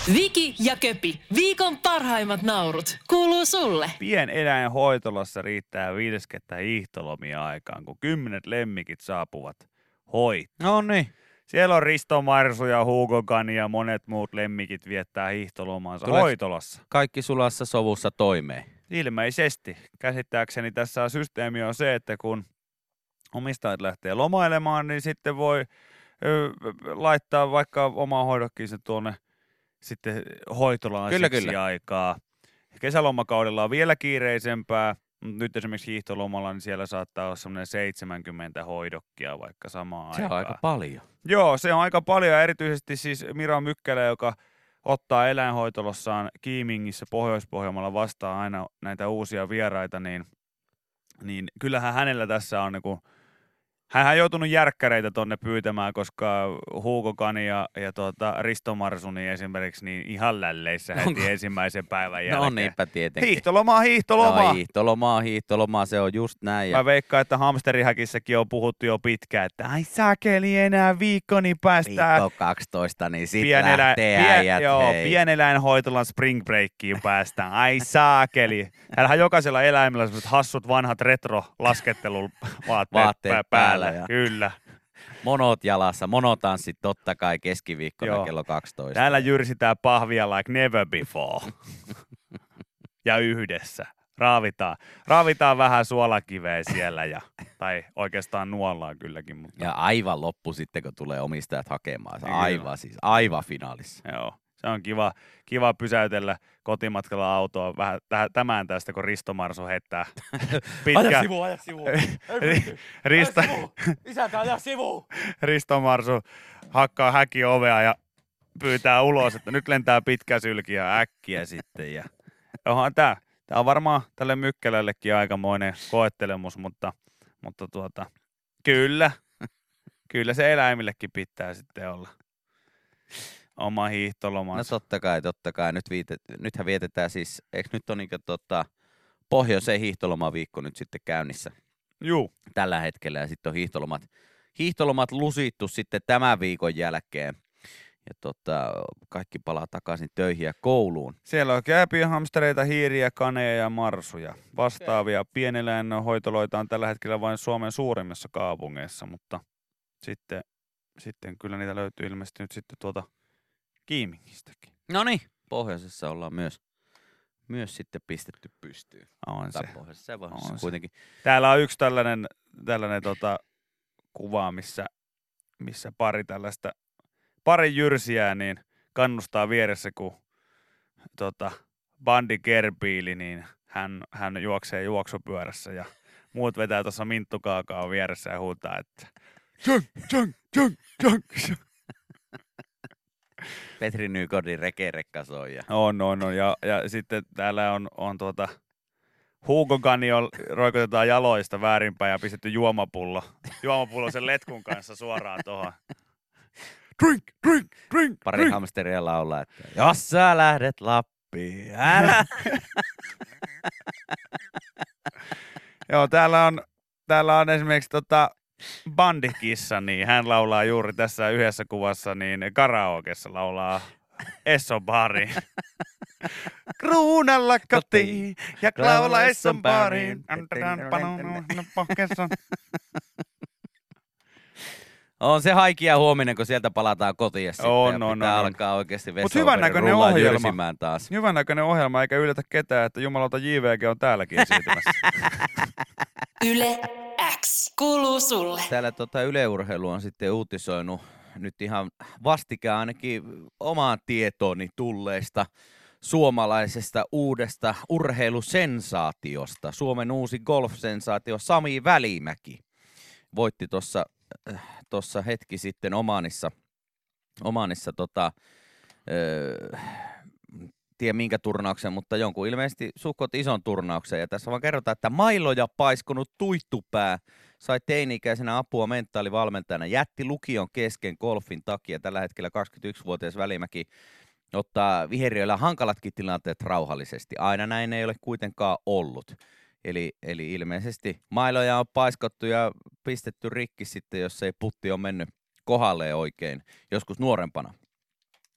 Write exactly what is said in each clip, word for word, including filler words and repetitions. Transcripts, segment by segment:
Viki ja Köpi, viikon parhaimmat naurut, kuuluu sulle. Pieneläinhoitolassa riittää viideskettä hiihtolomia aikaan, kun kymmenet lemmikit saapuvat hoitoon. No niin. Siellä on Risto Marsu ja Hugo Gani ja monet muut lemmikit viettää hiihtolomaansa Tuleeko hoitolassa. kaikki sulassa sovussa toimeen? Ilmeisesti. Käsittääkseni tässä systeemi on se, että kun omistajat lähtee lomailemaan, niin sitten voi ö, laittaa vaikka omaa hoidokkiinsa tuonne sitten hoitolaan Kyllä, siksi kyllä. aikaa. Kesälomakaudella on vielä kiireisempää, mutta nyt esimerkiksi hiihtolomalla niin siellä saattaa olla semmoinen seitsemänkymmentä hoidokkia vaikka samaan Se on aikaan. aika paljon. Joo, se on aika paljon ja erityisesti siis Mira Mykkälä, joka ottaa eläinhoitolossaan Kiimingissä Pohjois-Pohjanmaalla vastaan aina näitä uusia vieraita, niin, niin kyllähän hänellä tässä on niinku, hän on joutunut järkkäreitä tonne pyytämään, koska Hugo Gani ja, ja tuota Risto Marsu niin esimerkiksi niin ihan lälleissä heti Onko? ensimmäisen päivän jälkeen. No niinpä tietenkin. Hiihtolomaa, hiihtolomaa. No, hiihtolomaa, hiihtolomaa, se on just näin. Ja Mä veikkaan, että hamsterihäkissäkin on puhuttu jo pitkään, että ai sakeli enää viikkoni päästään. viikko kaksitoista, niin sit Pienelä, lähtee pien, äijät, joo, hei. pieneläinhoitolan spring breakiin päästään. Ai saakeli. Täällähän jokaisella eläimellä on sellaiset hassut vanhat retro-lasketteluvaatteet Vaatteet pää- päällä päällä. ja- Kyllä. Monot jalassa, monotanssit totta kai keskiviikkona Joo. kello kaksitoista. Täällä jyrsitään pahvia like never before. Ja yhdessä. Raavitaan. Raavitaan vähän suolakiveä siellä ja, tai oikeastaan nuollaan kylläkin. Mutta Ja aivan loppu sitten, kun tulee omistajat hakemaan. Se Kyllä. aivan siis, aivan finaalissa. joo, se on kiva, kiva pysäytellä kotimatkalla autoa vähän täh- tämän tästä, kun Risto Marsu heittää pitkä. sivu, aja sivu. Ri- Risto, Isäntä, aja sivu. Risto Marsu hakkaa häkiovea ja pyytää ulos, että nyt lentää pitkä sylkiä äkkiä sitten. Ja onhan tää, tää on varmaan tälle Mykkälällekin aikamoinen koettelemus, mutta, mutta tuota, kyllä, kyllä se eläimillekin pitää sitten olla oma No hiihtolomansa. totta kai, totta kai. Nyt viite, nythän vietetään siis, eikö nyt on niinku tota, pohjoiseen hiihtolomaviikko nyt sitten käynnissä Juu, tällä hetkellä ja sitten on hiihtolomat, hiihtolomat lusittu sitten tämän viikon jälkeen. Ja tota, kaikki palaa takaisin töihin ja kouluun. siellä on kääpiä, hamstereita, hiiriä, kaneja ja marsuja. Vastaavia pieneläinhoitoloita on tällä hetkellä vain Suomen suurimmissa kaupungeissa, mutta sitten, sitten kyllä niitä löytyy ilmeisesti nyt sitten tuolta Kiimingistäkin. No niin, pohjoisessa ollaan myös, myös sitten pistetty pystyyn. On se. Tai pohjoisessa ja pohjoisessa On se. kuitenkin. Täällä on yksi tällainen, tällainen tota, kuva, missä, missä pari tällaista, pari jyrsiää niin kannustaa vieressä, kun tota, bandi Gerbiili, niin hän, hän juoksee juoksupyörässä ja muut vetää tuossa minttukaakaan vieressä ja huutaa, että junk, junk, junk, junk. Petri Nykodin rekerekka soi. Ja On, on, on. Ja, ja sitten täällä on, on tuota, Hugo Gani on, roikotetaan jaloista väärinpäin ja pistetty juomapullo. Juomapullo sen letkun kanssa suoraan tuohon. Drink, drink, drink, pari drink. hamsteria laulaa, että jos sä lähdet Lappiin, älä. Joo, täällä on, täällä on esimerkiksi tota bandikissa, niin hän laulaa juuri tässä yhdessä kuvassa, niin karaokessa laulaa Esson bariin. Kruunalla kotiin ja laulaa Esson bariin. On se haikia huominen, kun sieltä palataan kotiin ja sitten On, ja on, pitää on, on. alkaa oikeasti Mut vessapaperin hyvännäköinen rullaa ohjelma. jyrsimään taas. Hyvän näköinen ohjelma, eikä yllätä ketään, että jumalauta J V G on täälläkin esiintymässä. Yle X kuuluu sulle. Täällä tota Yle-urheilu on sitten uutisoinut nyt ihan vastikään ainakin omaan tietooni tulleista suomalaisesta uudesta urheilusensaatiosta. Suomen uusi golf-sensaatio Sami Välimäki voitti tuossa äh, tossa hetki sitten Omanissa, Omanissa tota, äh, tiedä minkä turnauksen, mutta jonkun ilmeisesti suhkot ison turnauksen. Ja tässä vaan kerrotaan, että mailoja paiskunut tuittupää sai teini-ikäisenä apua mentaalivalmentajana. Jätti lukion kesken golfin takia. Tällä hetkellä kaksikymmentäyksivuotias Välimäki ottaa viheriöillä hankalatkin tilanteet rauhallisesti. Aina näin ei ole kuitenkaan ollut. Eli, eli ilmeisesti mailoja on paiskottu ja pistetty rikki sitten, jos ei putti ole mennyt kohdalleen oikein joskus nuorempana.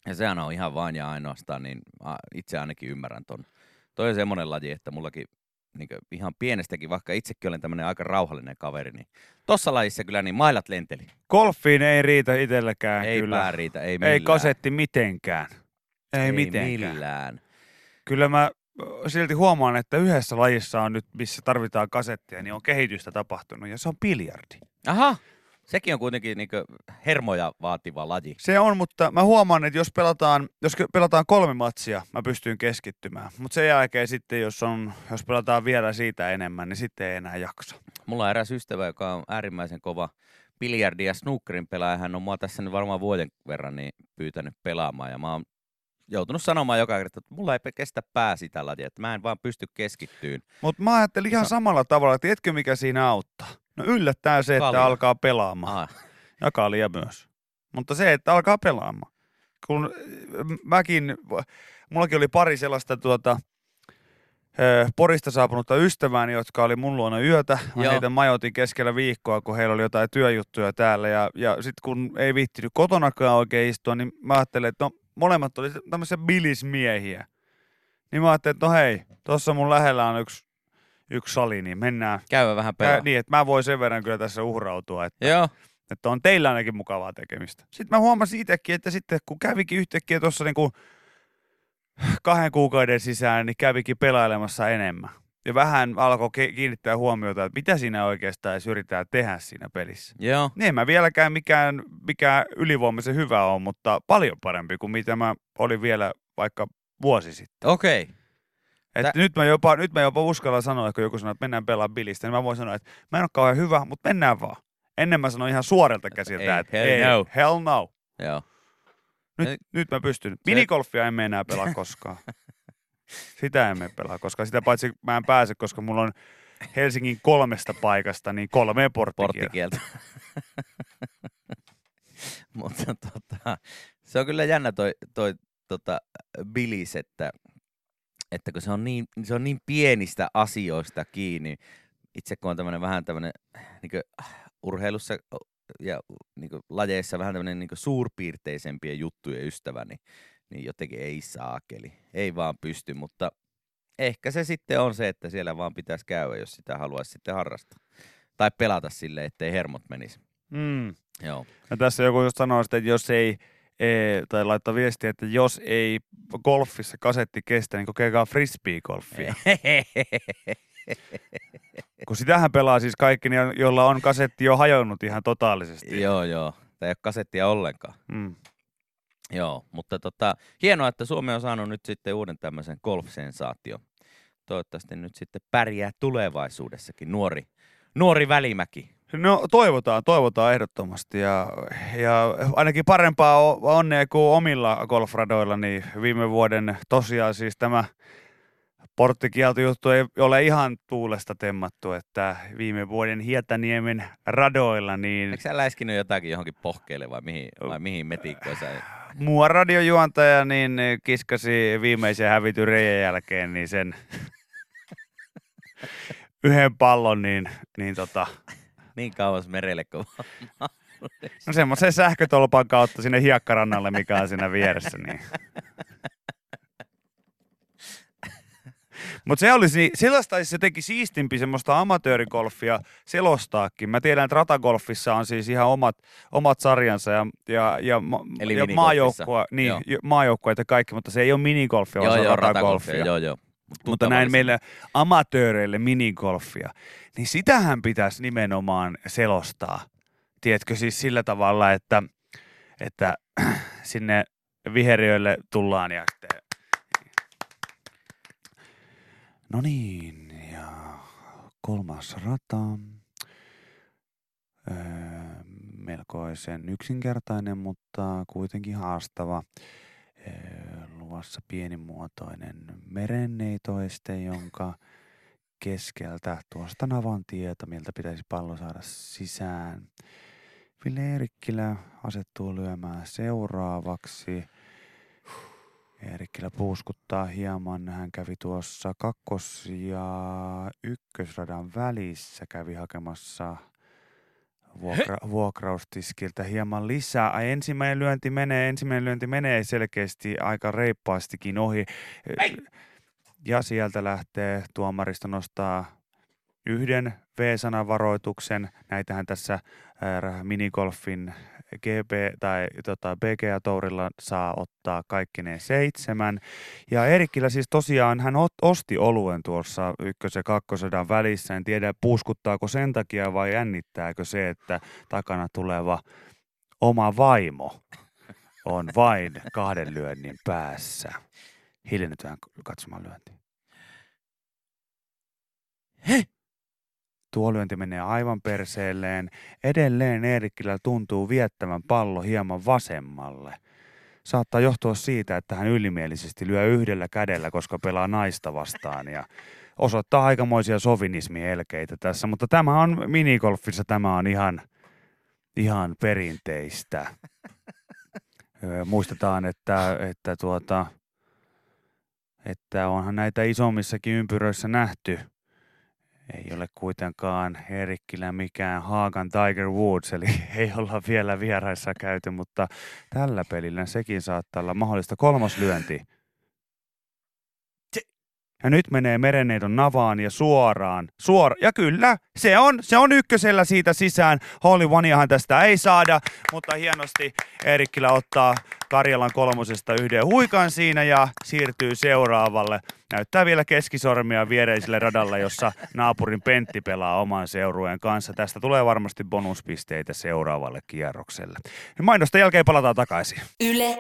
Ja sehän on ihan vain ja ainoastaan, niin itse ainakin ymmärrän ton. Toi on semmoinen laji, että mullakin niin ihan pienestäkin, vaikka itsekin olen tämmöinen aika rauhallinen kaveri, niin tossa lajissa kyllä niin mailat lenteli. Golfiin ei riitä itselläkään ei kyllä. Ei pää riitä, ei millään. Ei kasetti mitenkään. Ei, ei mitenkään. millään. Kyllä mä silti huomaan, että yhdessä lajissa on nyt, missä tarvitaan kasettia, niin on kehitystä tapahtunut ja se on biljardi. Aha, sekin on kuitenkin niin hermoja vaativa laji. Se on, mutta mä huomaan, että jos pelataan, jos pelataan kolme matsia, mä pystyn keskittymään. Mutta sen jälkeen sitten, jos, on, jos pelataan vielä siitä enemmän, niin sitten ei enää jaksa. Mulla on eräs ystävä, joka on äärimmäisen kova biljardi- ja snookerin pelaaja. Hän on mua tässä nyt varmaan vuoden verran niin pyytänyt pelaamaan. Ja mä oon joutunut sanomaan joka kerta, että mulla ei kestä pää sitä lajia, että mä en vaan pysty keskittyyn. Mutta mä ajattelin ihan samalla tavalla, että tiedätkö mikä siinä auttaa? No yllättää se, Kalia. että alkaa pelaamaan. Aha. Ja kalia myös. Mutta se, että alkaa pelaamaan. Kun mäkin, mullakin oli pari sellaista tuota, Porista saapunutta ystävääni, jotka oli mun luona yötä. Mä Joo. heitä majoitin keskellä viikkoa, kun heillä oli jotain työjuttuja täällä. Ja, ja sitten kun ei viittinyt kotonakaan oikein istua, niin mä ajattelin, että no molemmat oli tämmöisiä bilismiehiä. Niin mä ajattelin, että no hei, tuossa mun lähellä on yksi, yksi sali, niin mennään. Käydä vähän pelaa. Käy, niin, että mä voin sen verran kyllä tässä uhrautua, että, Joo. että on teillä ainakin mukavaa tekemistä. Sitten mä huomasin itsekin, että sitten kun kävikin yhtäkkiä tuossa niinku kahden kuukauden sisään, niin kävikin pelailemassa enemmän. Ja vähän alkoi kiinnittää huomiota, että mitä siinä oikeastaan edes yritetään tehdä siinä pelissä. Joo. Niin en mä vieläkään mikään, mikään ylivoimaisen hyvä on, mutta paljon parempi kuin mitä mä olin vielä vaikka vuosi sitten. Okei. Okay. Että Tä- nyt, mä jopa, nyt mä jopa uskallan sanoa, että kun joku sanoo, että mennään pelaamaan bilistä, niin mä voin sanoa, että mä en ole kauhean hyvä, mutta mennään vaan. Ennen mä sanoin ihan suorelta käsiltä, Ei, että hell ei, no. hell no. Joo. Nyt, Ei. nyt mä pystyn. Minigolfia emme enää pelaa koskaan. Sitä emme pelaa, koska sitä paitsi mä en pääse, koska mulla on Helsingin kolmesta paikasta niin kolmeen porttikieltä. Porttikieltä. Mutta tota, se on kyllä jännä toi, toi tota, bilis, että, että kun se on, niin, se on niin pienistä asioista kiinni. Itse kun on tämmönen vähän tämmönen niin urheilussa ja niin lajeissa vähän tämmönen niin suurpiirteisempien juttujen ystävä, niin, niin jotenkin ei saakeli. Ei vaan pysty, mutta ehkä se sitten on se, että siellä vaan pitäisi käydä, jos sitä haluaisi sitten harrastaa. Tai pelata silleen, ettei hermot menisi. Mm. Joo. Ja tässä joku just sanoo sitä, että jos ei, ee, tai laittaa viestiä, että jos ei golfissa kasetti kestä, niin kokeikaa frisbee-golfia. Kun sitähän pelaa siis kaikki, niin joilla on kasetti jo hajonnut ihan totaalisesti. Joo, joo. Tämä ei ole kasettia ollenkaan. Mm. Joo, mutta tota, hienoa, että Suomi on saanut nyt sitten uuden tämmöisen golf-sensaation. Toivottavasti nyt sitten pärjää tulevaisuudessakin nuori, nuori Välimäki. No toivotaan, toivotaan ehdottomasti ja, ja ainakin parempaa onnea kuin omilla golfradoilla, niin viime vuoden tosiaan siis tämä porttikieltojuttu ei ole ihan tuulesta temmattu, että viime vuoden Hietaniemen radoilla niin Eikö sä läiskinyt jotakin johonkin pohkeille vai mihin, vai mihin metikkoon sä? mua radiojuontaja niin kiskasi viimeisen hävityn reijän jälkeen niin sen yhden pallon niin, niin tota Niin kauas merelle kuin no semmoisen sähkötolpan kautta sinne hiekkarannalle, mikä on siinä vieressä. Niin. Mutta se olisi, sellaista se teki siistimpi semmoista amatöörigolfia selostaakin. Mä tiedän, että ratagolfissa on siis ihan omat, omat sarjansa ja, ja, ja, Eli ja maajoukkua, niin, maajoukkueet ja kaikki, mutta se ei ole minigolfia, vaan se on ratagolfia. Joo, joo. Mutta näin meille amatööreille minigolfia, niin sitähän pitäisi nimenomaan selostaa. Tiedätkö siis sillä tavalla, että, että sinne viheriöille tullaan ja sitten no niin, ja kolmas rata. Öö, melkoisen yksinkertainen, mutta kuitenkin haastava. Öö, luvassa pienimuotoinen merenneitoiste, jonka keskeltä tuosta navan tietä, miltä pitäisi pallo saada sisään. Ville Eerikkilä asettuu lyömään seuraavaksi. Eerikkilä puuskuttaa hieman. Hän kävi tuossa kakkos- ja ykkösradan välissä. Kävi hakemassa vuokra, vuokraustiskiltä hieman lisää. Ai, ensimmäinen lyönti menee, ensimmäinen lyönti menee selkeästi aika reippaastikin ohi. Ei. Ja sieltä lähtee tuomaristo nostaa yhden V-sanan varoituksen. Näitähän tässä äh, minigolfin G P tai tota, B G A-tourilla saa ottaa kaikkineen seitsemän. Ja Eerikkilä siis tosiaan, hän osti oluen tuossa ykkös- ja kakkosodan välissä. En tiedä, puuskuttaako sen takia vai jännittääkö se, että takana tuleva oma vaimo on vain kahden lyönnin päässä. Hiljennytään katsomaan lyöntiä. Heh! Tuo lyönti menee aivan perseelleen. Edelleen Eerikkilä tuntuu viettävän pallo hieman vasemmalle. Saattaa johtua siitä, että hän ylimielisesti lyö yhdellä kädellä, koska pelaa naista vastaan ja osoittaa aikamoisia sovinismielkeitä tässä. Mutta tämä on minigolfissa, tämä on ihan, ihan perinteistä. Muistetaan, että, että, tuota, että onhan näitä isommissakin ympyröissä nähty. Ei ole kuitenkaan Eerikkilä mikään Haagan Tiger Woods, eli ei olla vielä vieraissa käyty, mutta tällä pelillä sekin saattaa olla mahdollista. Kolmas lyönti. Ja nyt menee Merenneidon navaan ja suoraan. Suora. Ja kyllä, se on, se on ykkösellä siitä sisään. Holy Oneiahan tästä ei saada, mutta hienosti Eerikkilä ottaa Karjalan kolmosesta yhden huikan siinä ja siirtyy seuraavalle. Näyttää vielä keskisormia viereiselle radalla, jossa naapurin Pentti pelaa oman seurueen kanssa. Tästä tulee varmasti bonuspisteitä seuraavalle kierrokselle. Mainosta jälkeen palataan takaisin. Yle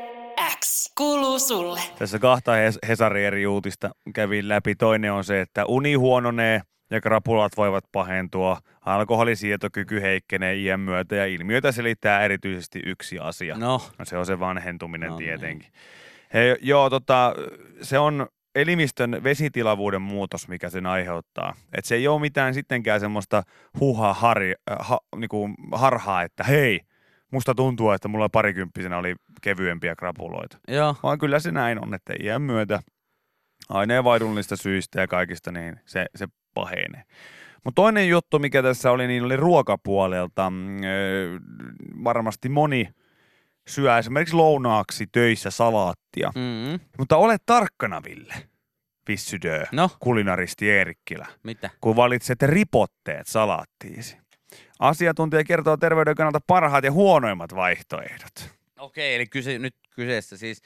X kuuluu sulle. Tässä kahta Hesarin eri uutista kävin läpi. Toinen on se, että uni huononee ja krapulat voivat pahentua. Alkoholisietokyky heikkenee iän myötä ja ilmiötä selittää erityisesti yksi asia. No. Se on se vanhentuminen no, tietenkin. Niin. He, joo, tota, se on elimistön vesitilavuuden muutos, mikä sen aiheuttaa. Et se ei ole mitään sittenkään semmoista huha hari, ha, niinku harhaa, että hei, musta tuntuu, että mulla parikymppisenä oli kevyempiä krapuloita. Joo. Vaan kyllä se näin on, että iän myötä aineenvaihdunnallista syistä ja kaikista, niin se, se pahenee. Mutta toinen juttu, mikä tässä oli, niin oli ruokapuolelta. Öö, varmasti moni syö esimerkiksi lounaaksi töissä salaattia. Mm-hmm. Mutta ole tarkkana, Ville, Vissydö, no. kulinaristi Eerikkilä, mitä? kun valitset ripotteet salaattiisi. Asiantuntija kertoo terveyden kannalta parhaat ja huonoimmat vaihtoehdot. Okei, eli kyse, nyt kyseessä siis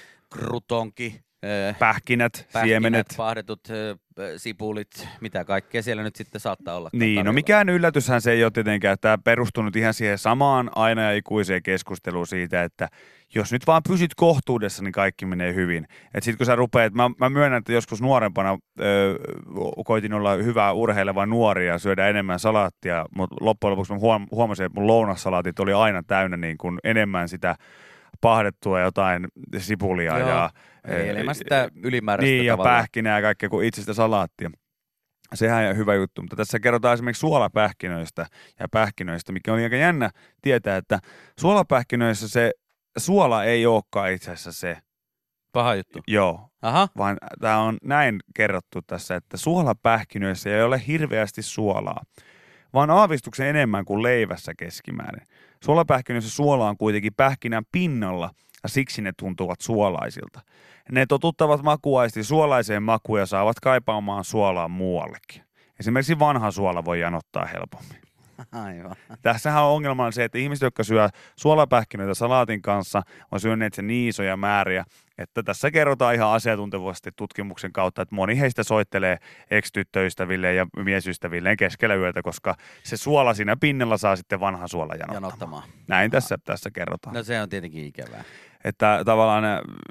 krutonki, öö, pähkinät, pähkinät, siemenet, paahdetut öö, sipulit, mitä kaikkea siellä nyt sitten saattaa olla. Niin, tarjolla. No mikään yllätyshän se ei ole tietenkään. Tämä perustuu nyt ihan siihen samaan aina ja ikuiseen keskusteluun siitä, että jos nyt vaan pysyt kohtuudessa, niin kaikki menee hyvin. Että sit kun sä rupeat, mä, mä myönnän, että joskus nuorempana öö, koitin olla hyvä urheileva nuori ja syödä enemmän salaattia, mutta loppujen lopuksi mä huom- huomasin, että mun lounassalaatit oli aina täynnä niin kuin enemmän sitä pahdettua jotain sipulia. Joo, ja eli enemmän sitä ylimääräistä niin, ja tavallaan. pähkinää ja kaikkea kuin itse sitä salaattia. Sehän on hyvä juttu, mutta tässä kerrotaan esimerkiksi suolapähkinöistä ja pähkinöistä, mikä on aika jännä tietää, että suolapähkinöissä se suola ei olekaan itse asiassa se. Paha juttu. Joo, Aha. vaan tämä on näin kerrottu tässä, että suolapähkinöissä ei ole hirveästi suolaa, vaan aavistuksen enemmän kuin leivässä keskimäärin. Suolapähkinöissä suola on kuitenkin pähkinän pinnalla ja siksi ne tuntuvat suolaisilta. Ne totuttavat makuaisti suolaiseen makuun ja saavat kaipaamaan suolaa muuallekin. Esimerkiksi vanha suola voi janottaa helpommin. Aivan. Tässähän on ongelma se, että ihmiset, jotka syö suolapähkinöitä salaatin kanssa, on syöneet sen niin isoja määriä, että tässä kerrotaan ihan asiantuntevasti tutkimuksen kautta, että moni heistä soittelee ex-tyttöystävilleen ja miesystävilleen keskellä yötä, koska se suola siinä pinnalla saa sitten vanhan suola janottamaan. Janottamaan. Näin tässä, tässä kerrotaan. No se on tietenkin ikävää. Että tavallaan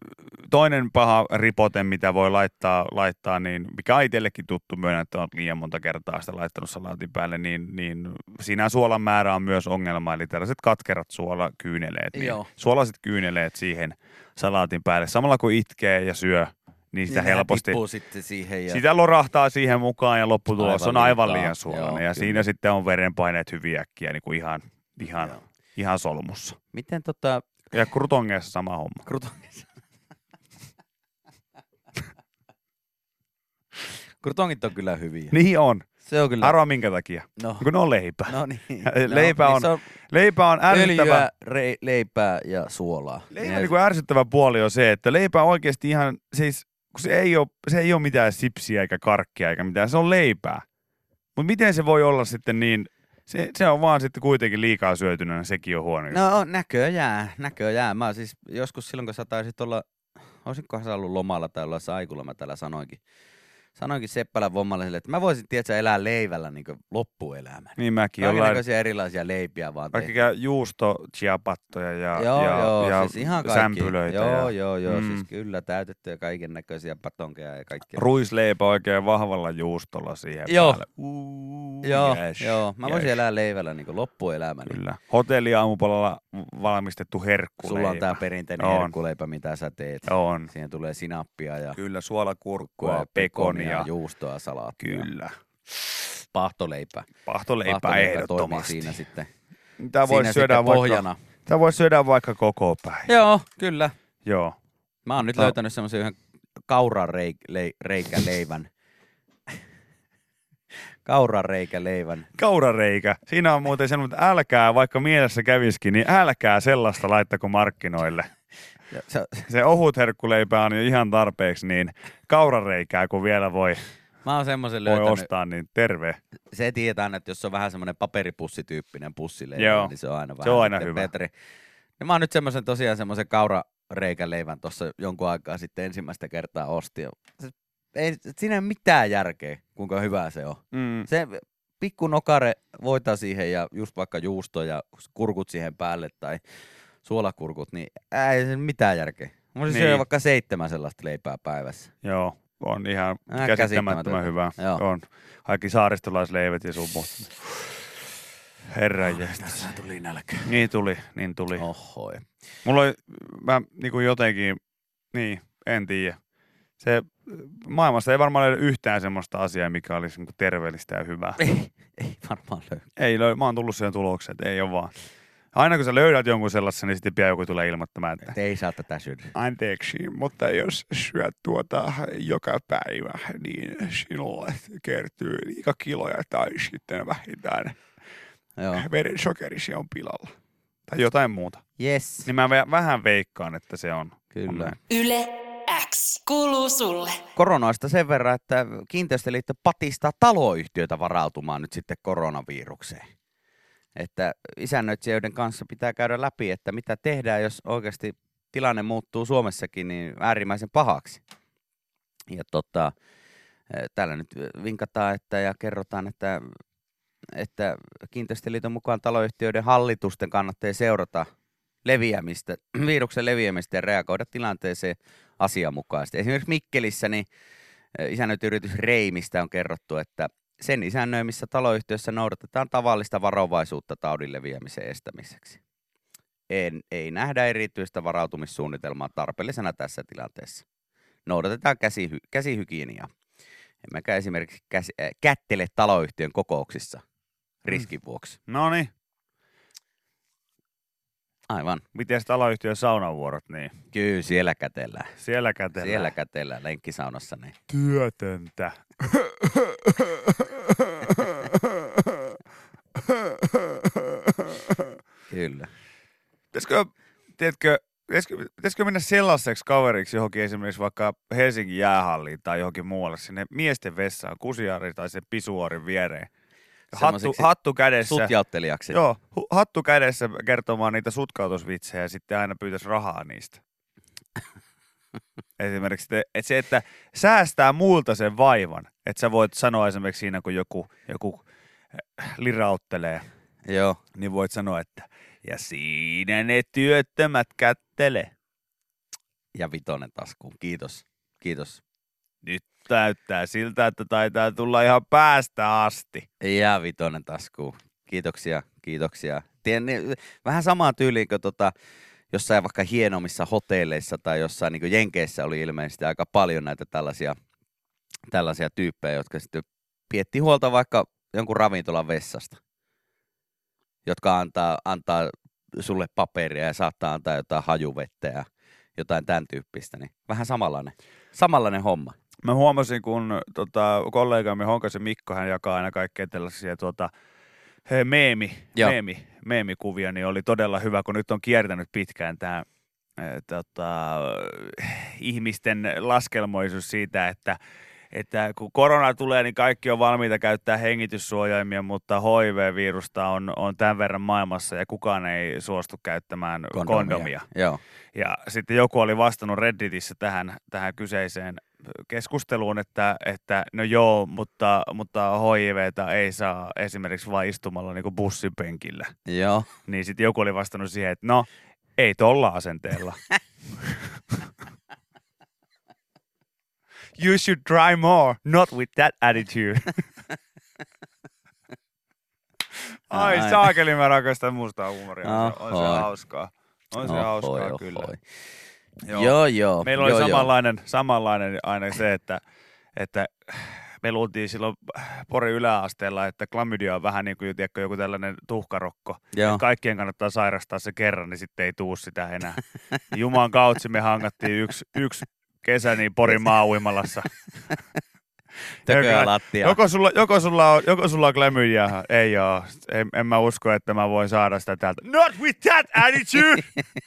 toinen paha ripote, mitä voi laittaa, laittaa niin mikä on itsellekin tuttu, myönnän, että on liian monta kertaa sitä laittanut salaatin päälle, niin, niin siinä suolan määrä on myös ongelma, eli tällaiset katkerat suolakyyneleet, niin Joo. suolaiset kyyneleet siihen salaatin päälle. Samalla kun itkee ja syö, niin sitä niin helposti, sitten siihen ja... sitä lorahtaa siihen mukaan ja lopputulos Aivan on aivan liikaa. liian suolainen. Joo, ja kyllä. siinä sitten on verenpaineet hyvin äkkiä niin kuin ihan, ihan, ihan solmussa. Miten tota... Ja krutongeissa sama homma. Krutongissa. Krutongit on kyllä hyviä. Niin on. Se on kyllä. Arvaa minkä takia. No. Kun ne on leipä. No niin. leipä, no, on, on leipä on ärsyttävä. öljyä, re, leipää ja suolaa. Leipä niin ärsyttävä puoli on se, että leipä on oikeasti ihan, siis kun se ei ole, se ei ole mitään sipsiä eikä karkkia eikä mitään, se on leipää. Mutta miten se voi olla sitten niin, se, se on vaan sitten kuitenkin liikaa syötynä, sekin on huono. No näköjään, näköjään. Mä siis joskus silloin, kun sä taisit olla, olisinkohan sä ollut lomalla tai olla saikulla, mä täällä sanoinkin. Sanoinkin Seppälän vommalle, että mä voisin tietää elää leivällä niin loppuelämän. Niin mäkin. Kaikenlaisia erilaisia leipiä vaan tehty. Vaikka juusto, chiapattoja ja, joo, ja, joo, ja siis ihan sämpylöitä. Joo, ja, joo, joo, mm. siis kyllä täytettyjä kaiken näköisiä patonkeja ja kaikkea. Ruisleipä oikein vahvalla juustolla siihen joo. päälle. Uh, joo, yes, joo, mä voisin yes. elää leivällä niin loppuelämäni. Kyllä. Hotelliaamupalalla valmistettu herkkuleipä. Sulla on tää perinteinen on. herkkuleipä, mitä sä teet. On. Siihen tulee sinappia ja kyllä, suolakurkkua, pekonia, juustoa, salaattia. Kyllä. Pahtoleipä. Pahtoleipä, Pahtoleipä ehdottomasti. Siinä sitten. Tämä voisi syödä pohjana. Tämä voisi syödä vaikka koko päivä. Joo, kyllä. Joo. Mä oon nyt no. löytänyt semmoisen yhden kaurareikäleivän. Kaurareikäleivän. Kaurareikä. Siinä on muuten semmoinen, että älkää, vaikka mielessä käviskin, niin älkää sellaista laittako markkinoille. Se, se ohut herkkuleipä on jo ihan tarpeeksi, niin kaurareikää kun vielä voi, Mä oon semmoisen voi löytänyt. ostaa, niin terve. Se tiedetään, että jos se on vähän semmoinen paperipussityyppinen pussileipä, Joo. niin se on aina vähän se on aina hyvä. Petri. Ja mä oon nyt semmoisen tosiaan semmoisen kaurareikäleivän tuossa jonkun aikaa sitten ensimmäistä kertaa ostin. Se, ei, siinä ei ole mitään järkeä, kuinka hyvä se on. Mm. Se pikku nokare voita siihen ja just vaikka juusto ja kurkut siihen päälle tai suolakurkut, niin ei se mitään järkeä. Mä voisin niin. syödä vaikka seitsemän sellaista leipää päivässä. Joo, on ihan Äh, käsittämättömän hyvä. Joo. On. Kaikki saaristolaisleivät ja sun muuta. Herranjestas. Tässä tuli nälkä. Niin tuli, niin tuli. Ohoi. Mulla oli, mä niinku jotenkin, niin, en tiedä. Se, maailmassa ei varmaan löydy yhtään semmoista asiaa, mikä olisi niinku terveellistä ja hyvää. Ei, ei varmaan löydy. Ei löydy, mä oon tullut siihen tulokseen, että ei ole vaan. Aina kun sä löydät jonkun sellaisen, niin sitten pian joku tulee ilmoittamaan, että ei saa tätä syödä. Anteeksi, mutta jos syöt tuota joka päivä, niin sinulle kertyy liikakiloja tai sitten vähintään Joo. verensokerisi on pilalla. Tai jotain muuta. Yes. Niin mä vähän veikkaan, että se on. Kyllä. On Yle X kuuluu sulle. Koronoista sen verran, että Kiinteistöliitto patistaa taloyhtiöitä varautumaan nyt sitten koronavirukseen. Että isännöitsijöiden kanssa pitää käydä läpi, että mitä tehdään, jos oikeasti tilanne muuttuu Suomessakin niin äärimmäisen pahaksi. Ja tota, täällä nyt vinkataan että, ja kerrotaan, että, että Kiinteistöliiton mukaan taloyhtiöiden hallitusten kannattaa seurata leviämistä, viruksen leviämistä ja reagoida tilanteeseen asianmukaisesti. Esimerkiksi Mikkelissä niin isännöintiyritys Reimistä on kerrottu, että sen isännöimissä taloyhtiössä noudatetaan tavallista varovaisuutta taudin leviämisen estämiseksi. En, ei nähdä erityistä varautumissuunnitelmaa tarpeellisena tässä tilanteessa. Noudatetaan käsihy, käsihygieniaa. Emmekä esimerkiksi käsi, äh, kättele taloyhtiön kokouksissa riskin vuoksi. No niin. Aivan. Miten taloyhtiön saunavuorot, niin? Kyllä, siellä kätellään. Siellä kätellään. Siellä kätellään lenkkisaunassa. Niin. Työtöntä. Kyllä. Pitäisikö, tiedätkö, pitäisikö, pitäisikö mennä sellaiseksi kaveriksi johonkin esimerkiksi vaikka Helsingin jäähalliin tai johonkin muualle sinne miesten vessaan, kusiaari tai sen pisuaarin viereen. Hattu, hattu kädessä. Sutjauttelijaksi. Joo, hu, hattu kädessä kertomaan niitä sutkautusvitsejä ja sitten aina pyytäisi rahaa niistä. Esimerkiksi että se, että säästää muulta sen vaivan. Että sä voit sanoa esimerkiksi siinä, kun joku, joku lirauttelee, joo. Niin voit sanoa, että ja siinä ne työttömät kättelee. Ja vitonen taskuun. Kiitos. Kiitos. Nyt näyttää siltä, että taitaa tulla ihan päästä asti. Ja vitonen taskuun. Kiitoksia, kiitoksia. Tien, vähän samaan tyyliin kuin tota, jossain vaikka hienommissa hotelleissa tai jossain niin Jenkeissä oli ilmeisesti aika paljon näitä tällaisia, tällaisia tyyppejä, jotka sitten pietti huolta vaikka jonkun ravintolan vessasta, jotka antaa, antaa sulle paperia ja saattaa antaa jotain hajuvettä ja jotain tämän tyyppistä. Niin vähän samanlainen, samanlainen homma. mä huomasin, kun tota, kollegamme Honkasen Mikko, hän jakaa aina kaikkea tällaisia tuota, he, meemi, meemi, meemikuvia, niin oli todella hyvä, kun nyt on kiertänyt pitkään tämä tota, ihmisten laskelmoisuus siitä, että että kun korona tulee, niin kaikki on valmiita käyttää hengityssuojaimia, mutta H I V-virusta on, on tämän verran maailmassa ja kukaan ei suostu käyttämään kondomia. kondomia. Joo. Ja sitten joku oli vastannut Redditissä tähän, tähän kyseiseen keskusteluun, että, että no joo, mutta, mutta H I V:tä ei saa esimerkiksi vain istumalla niin kuin bussipenkillä. Joo. Niin sitten joku oli vastannut siihen, että no ei tolla asenteella. You should try more, not with that attitude. Ai, Ai. saakeli, mä rakastan mustaa huumoria. On, on se hauskaa. On se Oho, hauskaa, oho. kyllä. Joo, joo. joo Meillä oli joo, samanlainen, joo. samanlainen aina se, että, että me luultiin silloin Porin yläasteella, että klamydia on vähän niin kuin tiedätkö, joku tällainen tuhkarokko. Kaikkien kannattaa sairastaa se kerran, niin sitten ei tuu sitä enää. Jumalan kautsi me hangattiin yksi, yksi kesä niin Porin maa-uimalassa. Tököä lattia. Joko sulla, joko sulla on, joko sulla on klamydia? Ei oo. En, en mä usko, että mä voin saada sitä täältä. Not with that attitude!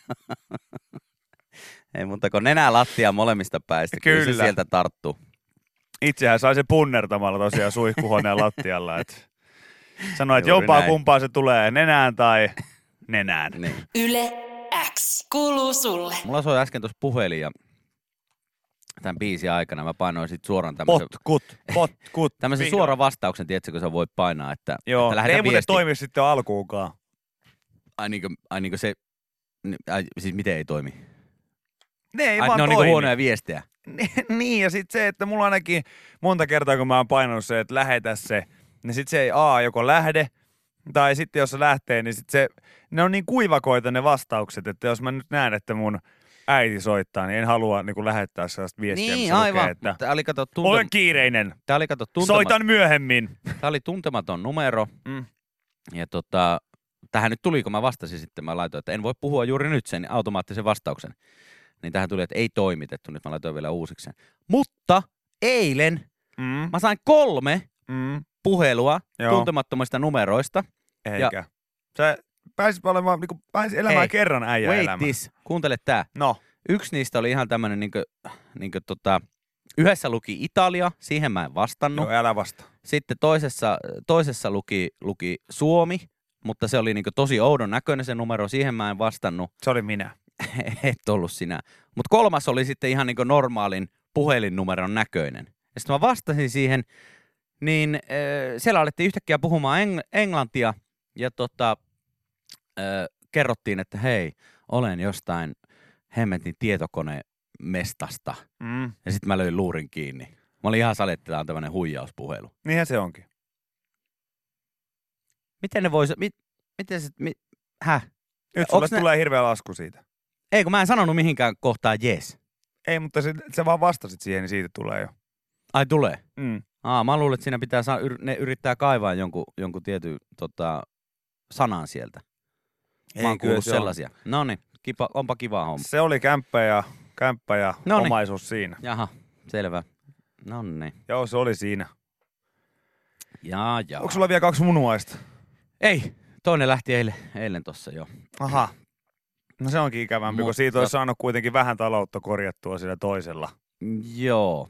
Ei muuta kuin nenää lattia molemmista päistä. Kyllä. Kyllä se sieltä tarttuu. Itsehän sai se punnertamalla tosiaan suihkuhuoneen lattialla. Et sanoi, että Juuri jompaa näin. kumpaa se tulee, nenään tai nenään. Niin. Yle X kuuluu sulle. Mulla soi äsken tuossa puhelin ja tämän biisin aikana mä painoin sit suoraan tämmöisen... Potkut, potkut. Tämmöisen suoran vastauksen, tiedätkö, kun sä voit painaa, että... Joo, että ei muuten viesti... toimi sitten alkuunkaan. Ai niinkö, ai niinkö se... Ai, siis miten ei toimi? Ne ei ai, vaan ne on toimi. niinku huonoja viestejä. Niin, ja sitten se, että mulla ainakin monta kertaa, kun mä oon painanut se, että lähetä se, niin sitten se ei A joko lähde, tai sitten jos se lähtee, niin sitten se... Ne on niin kuivakoita ne vastaukset, että jos mä nyt näen, että mun... äiti soittaa, niin en halua niin kuin lähettää sellaista viestiä, niin, missä aivan. lukee, että Tää oli, kato, tuntem- olen kiireinen, Tää oli, kato, tuntema- soitan myöhemmin. Tämä oli tuntematon numero, Mm. ja tota, tähän nyt tuli, kun mä vastasin sitten, mä laitoin, että en voi puhua juuri nyt sen automaattisen vastauksen. Niin tähän tuli, että ei toimitettu, nyt mä laitoin vielä uusiksi. Mutta eilen Mm. mä sain kolme Mm. puhelua Joo. tuntemattomista numeroista. Eikä. Ja... Sä pääsit olemaan, niin kuin, pääsit elämään Hei, kerran äijän wait elämää. this, kuuntele tää. No. Yksi niistä oli ihan tämmönen niinkö, niinkö tota, yhdessä luki Italia, siihen mä en vastannut. Joo, älä vasta. Sitten toisessa, toisessa luki, luki Suomi, mutta se oli niinkö tosi oudon näköinen se numero, siihen mä en vastannut. Se oli minä. Et ollut sinä. Mutta kolmas oli sitten ihan niinkö normaalin puhelinnumeron näköinen. Ja sitten mä vastasin siihen, niin äh, siellä alettiin yhtäkkiä puhumaan eng- englantia ja tota, äh, kerrottiin, että hei, olen jostain hemmetin tietokonemestasta. Mm. Ja sitten mä löin luurin kiinni. Mä olin ihan saletti, että tää on tämmönen huijauspuhelu. Niinhän se onkin. Miten ne vois, mit, miten se, mi, häh? Nyt sulle ne... tulee hirveä lasku siitä. Ei, kun mä en sanonut mihinkään kohtaan jes. Ei, mutta se, sä vaan vastasit siihen, niin siitä tulee jo. Ai tulee? Mm. Aa, mä luulen, että siinä pitää, saa, ne yrittää kaivaa jonkun, jonkun tietyn tota, sanan sieltä. Mä oon Ei, kyllä kuullut se on. sellaisia. Noniin, kiva, onpa kiva homma. Se oli kämppä ja, kämppä ja Noniin. omaisuus siinä. Jaha, selvä. Nonni. Joo, se oli siinä. Jaa, jaa. Onko sulla vielä kaksi munuaista? Ei, toinen lähti eilen, eilen tossa jo. Aha. No se onkin ikävämpi, kun Mutta- siitä olisi saanut kuitenkin vähän taloutta korjattua sillä toisella. Joo.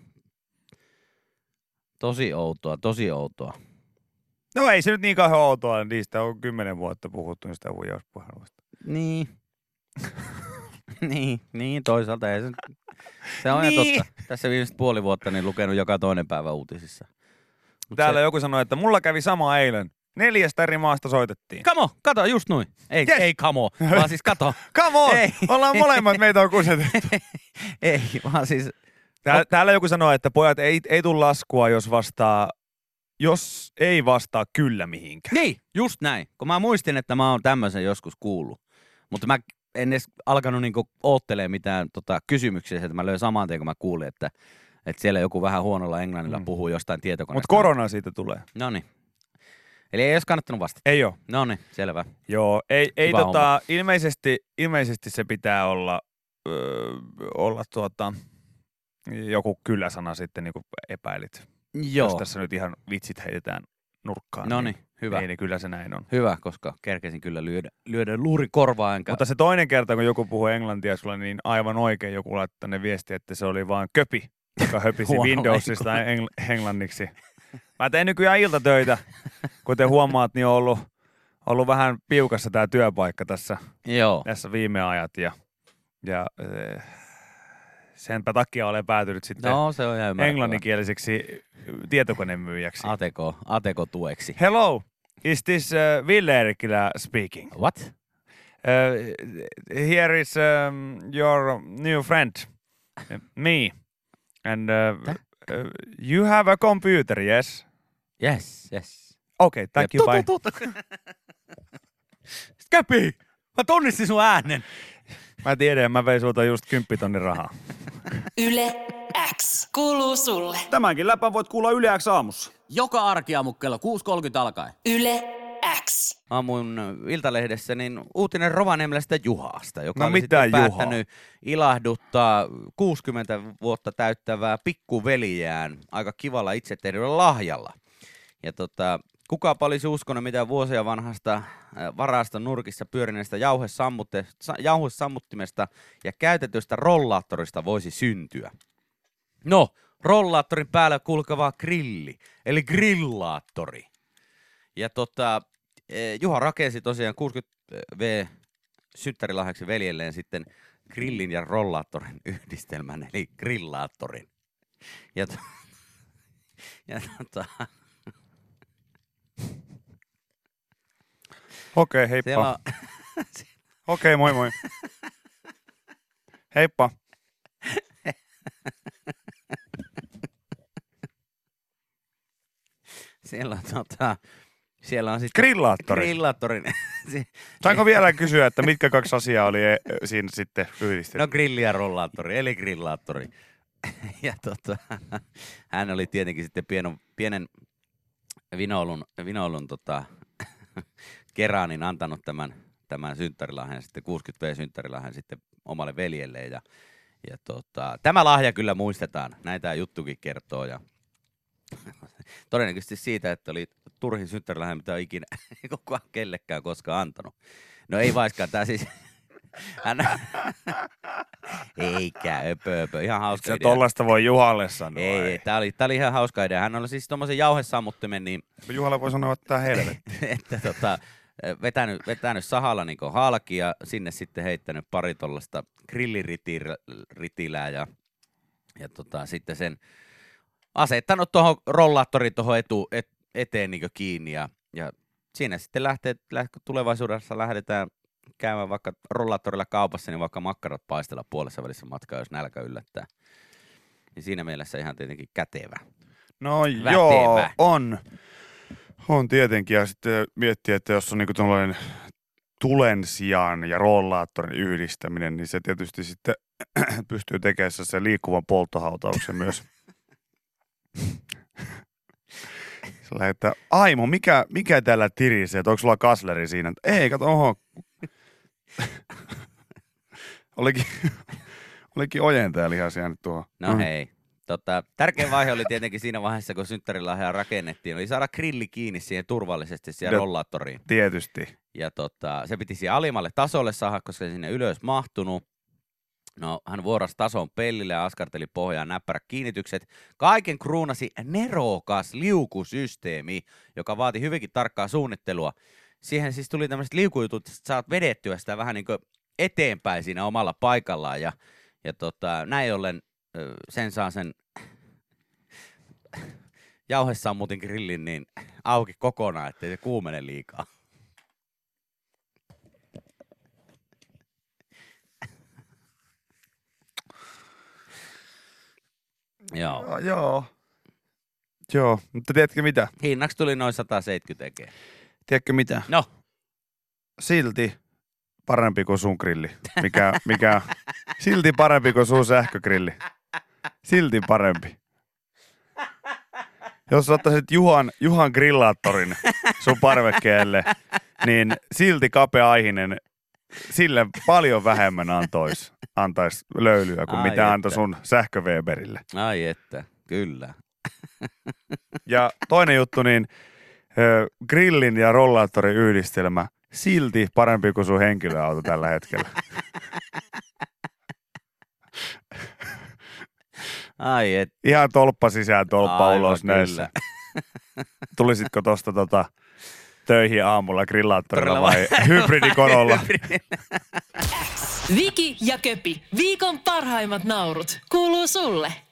Tosi outoa, tosi outoa. No ei se nyt niin kauhean outoa, niistä on kymmenen vuotta puhuttu niistä huijauspuheluista. Niin. niin, niin, toisaalta ei se, se on Niin. ihan totta. Tässä viimeiset puoli vuotta niin lukenut joka toinen päivä uutisissa. Mut Täällä se, joku sanoi, että mulla kävi sama eilen. Neljästä eri maasta soitettiin. Kamo, kato, just noin. Ei, Yes. ei kamo, vaan siis kato. Come on! Ei. Ollaan molemmat, meitä on kusetettu. ei, vaan siis, Tää, täällä joku sanoi, että pojat ei, ei tule laskua, jos vastaa, jos ei vastaa kyllä mihinkään. niin, just näin. Kun mä muistin, että mä oon tämmöisen joskus kuullut. Mutta mä en edes alkanut niinku oottelee mitään tota, kysymyksiä, että mä löin saman tien, kun mä kuulin, että, että siellä joku vähän huonolla englannilla Mm. puhuu jostain tietokoneesta. Mutta korona siitä tulee. Noniin. Eli ei olisi kannattanut vastata. Ei oo. Noniin, selvä. Joo, ei, ei Kiva tota, ilmeisesti, ilmeisesti se pitää olla, öö, olla tuota, joku kyläsana sitten niin kuin epäilit. Joo. Jos tässä nyt ihan vitsit heitetään nurkkaan. No niin, hyvä. Ei, niin kyllä se näin on. Hyvä, koska kerkesin kyllä lyödä, lyödä luuri korvaa enkä... Mutta se toinen kerta, kun joku puhui englantia sulle, niin aivan oikein joku laittoi tänne viesti, että se oli vaan köpi, joka höpisi Windowsista engl- englanniksi. Mä teen nykyään iltatöitä, kuten huomaat, niin on ollut, ollut vähän piukassa tää työpaikka tässä, Joo. tässä viime ajat. Ja, ja senpä takia olen päätynyt sitten no, se on englanninkieliseksi tietokonemyyjäksi. Ateko, Ateko tueksi. Hello, is this uh, Ville Erkkilä speaking? What? Uh, here is um, your new friend, me, and uh, uh, you have a computer, yes? Yes, yes. Okay, thank ja you, bye. Tut, tut, tut. Käpi! Mä tunnistin sun äänen. Mä tiedän, mä vein sulta just kymppitonnin rahaa. Yle X kuuluu sulle. Tämänkin läpän voit kuulla Yle X aamussa. Joka arkiaamu kello kuusi kolmekymmentä alkaen. Yle X. Aamun Iltalehdessä niin uutinen Rovaniemelästä Juhasta, joka no oli mitä sitten Juha? päättänyt ilahduttaa kuusikymmentä vuotta täyttävää pikkuveliään aika kivalla itse tehdyllä lahjalla. Ja tota, kukapa olisi uskonut, mitä vuosia vanhasta varasta nurkissa pyörineestä jauhesammuttimesta ja käytetystä rollaattorista voisi syntyä. No, rollaattorin päällä kulkeva grilli, eli grillaattori. Ja tota, Juha rakensi tosiaan kuusikymmentä vuotta synttärilahjaksi veljelleen sitten grillin ja rollaattorin yhdistelmän, eli grillaattorin. Ja, to, ja tota... Okei, okay, heippa. On... Okei, okay, moi moi. Heippa. Siellä on tota... Siellä on sitten... Grillaattori. Grillaattorin. Saanko vielä kysyä, että mitkä kaksi asiaa oli siinä sitten yhdistetty? No grilli ja rollaattori, eli grillaattori. Ja tota, hän oli tietenkin sitten pienen, pienen vinoilun, vinoilun tota, keraanin antanut tämän, tämän synttärilahjan, sitten kuusikymmentä vuotta synttärilahjan sitten omalle veljelleen. Ja, ja tota, tämä lahja kyllä muistetaan, näin tämä juttukin kertoo. Ja todennäköisesti siitä, että oli turhin synttärilahja, mitä on ikinä kukaan kellekään koskaan antanut. No ei vaiskaan, tämä siis... Hän... Eikä, öpö, öpö. Ihan hauska se idea. tollaista voi Juhalle sanoa. Ei, ei. Tää oli, tää oli ihan hauska idea. Hän oli siis tommosen jauhesammuttimen, niin... Juhalle voi sanoa, että tää helvetti. että tota, vetänyt, vetänyt sahalla niin halki ja sinne sitten heittänyt pari tollasta grilliritilää ja, ja tota, sitten sen asettanut tuohon rollaattoriin tuohon etu, et, eteen niin kiinni ja, ja siinä sitten lähtee, lähtee, tulevaisuudessa lähdetään käymään vaikka rollaattorilla kaupassa, niin vaikka makkarat paistella puolessa välissä matkaa, jos nälkä yllättää. Niin siinä mielessä ihan tietenkin kätevä. No Vätevä. Joo, on. On tietenkin. Ja sitten miettiä, että jos on niinku tuollainen tulen sijaan ja rollaattorin yhdistäminen, niin se tietysti sitten pystyy tekemään sen liikkuvan polttohautauksen myös. Sä lähettää, Aimo, mikä, mikä täällä tirisee? Onko sulla kasleri siinä? Ei, kato, oho. olikin, olikin ojentajalihasia jäänyt tuohon. No mm. hei. Tota, tärkein vaihe oli tietenkin siinä vaiheessa, kun synttärilahjaa rakennettiin, oli saada grilli kiinni siihen turvallisesti siihen no, rollaattoriin. Tietysti. Ja tota, se piti siihen alimmalle tasolle saada, koska se sinne ylös mahtunut. No, hän vuorasi tason pellille ja askarteli pohjaan näppärät kiinnitykset. Kaiken kruunasi nerokas liukusysteemi, joka vaati hyvinkin tarkkaa suunnittelua. Siihen siis tuli tämmöiset liukujutut, että saat vedettyä sitä vähän niin kuin eteenpäin siinä omalla paikallaan. Ja, ja tota, näin ollen sen saa sen jauhesammutin grillin niin auki kokonaan, ettei se kuumene liikaa. Joo. No, joo. Joo, mutta tiedätkö mitä? Hinnaksi tuli noin sata seitsemänkymmentä tekee. Tiedätkö mitä? No. Silti parempi kuin sun grilli. Mikä, mikä, silti parempi kuin sun sähkögrilli. Silti parempi. Jos ottaisit Juhan, Juhan grillaattorin sun parvekkeelle, niin silti kapea-aihinen sille paljon vähemmän antois. antaisi löylyä kuin Ai mitä antoi että. sun sähköweberille. Ai että, kyllä. Ja toinen juttu, niin ö, grillin ja rollaattorin yhdistelmä silti parempi kuin sun henkilöauto tällä hetkellä. Ai että. Ihan tolppa sisään, tolppa Aivan ulos kyllä. näissä. Tulisitko tosta tota töihin aamulla grillaattorilla vai hybridikorolla? Viki ja Köpi, viikon parhaimmat naurut, kuuluu sulle.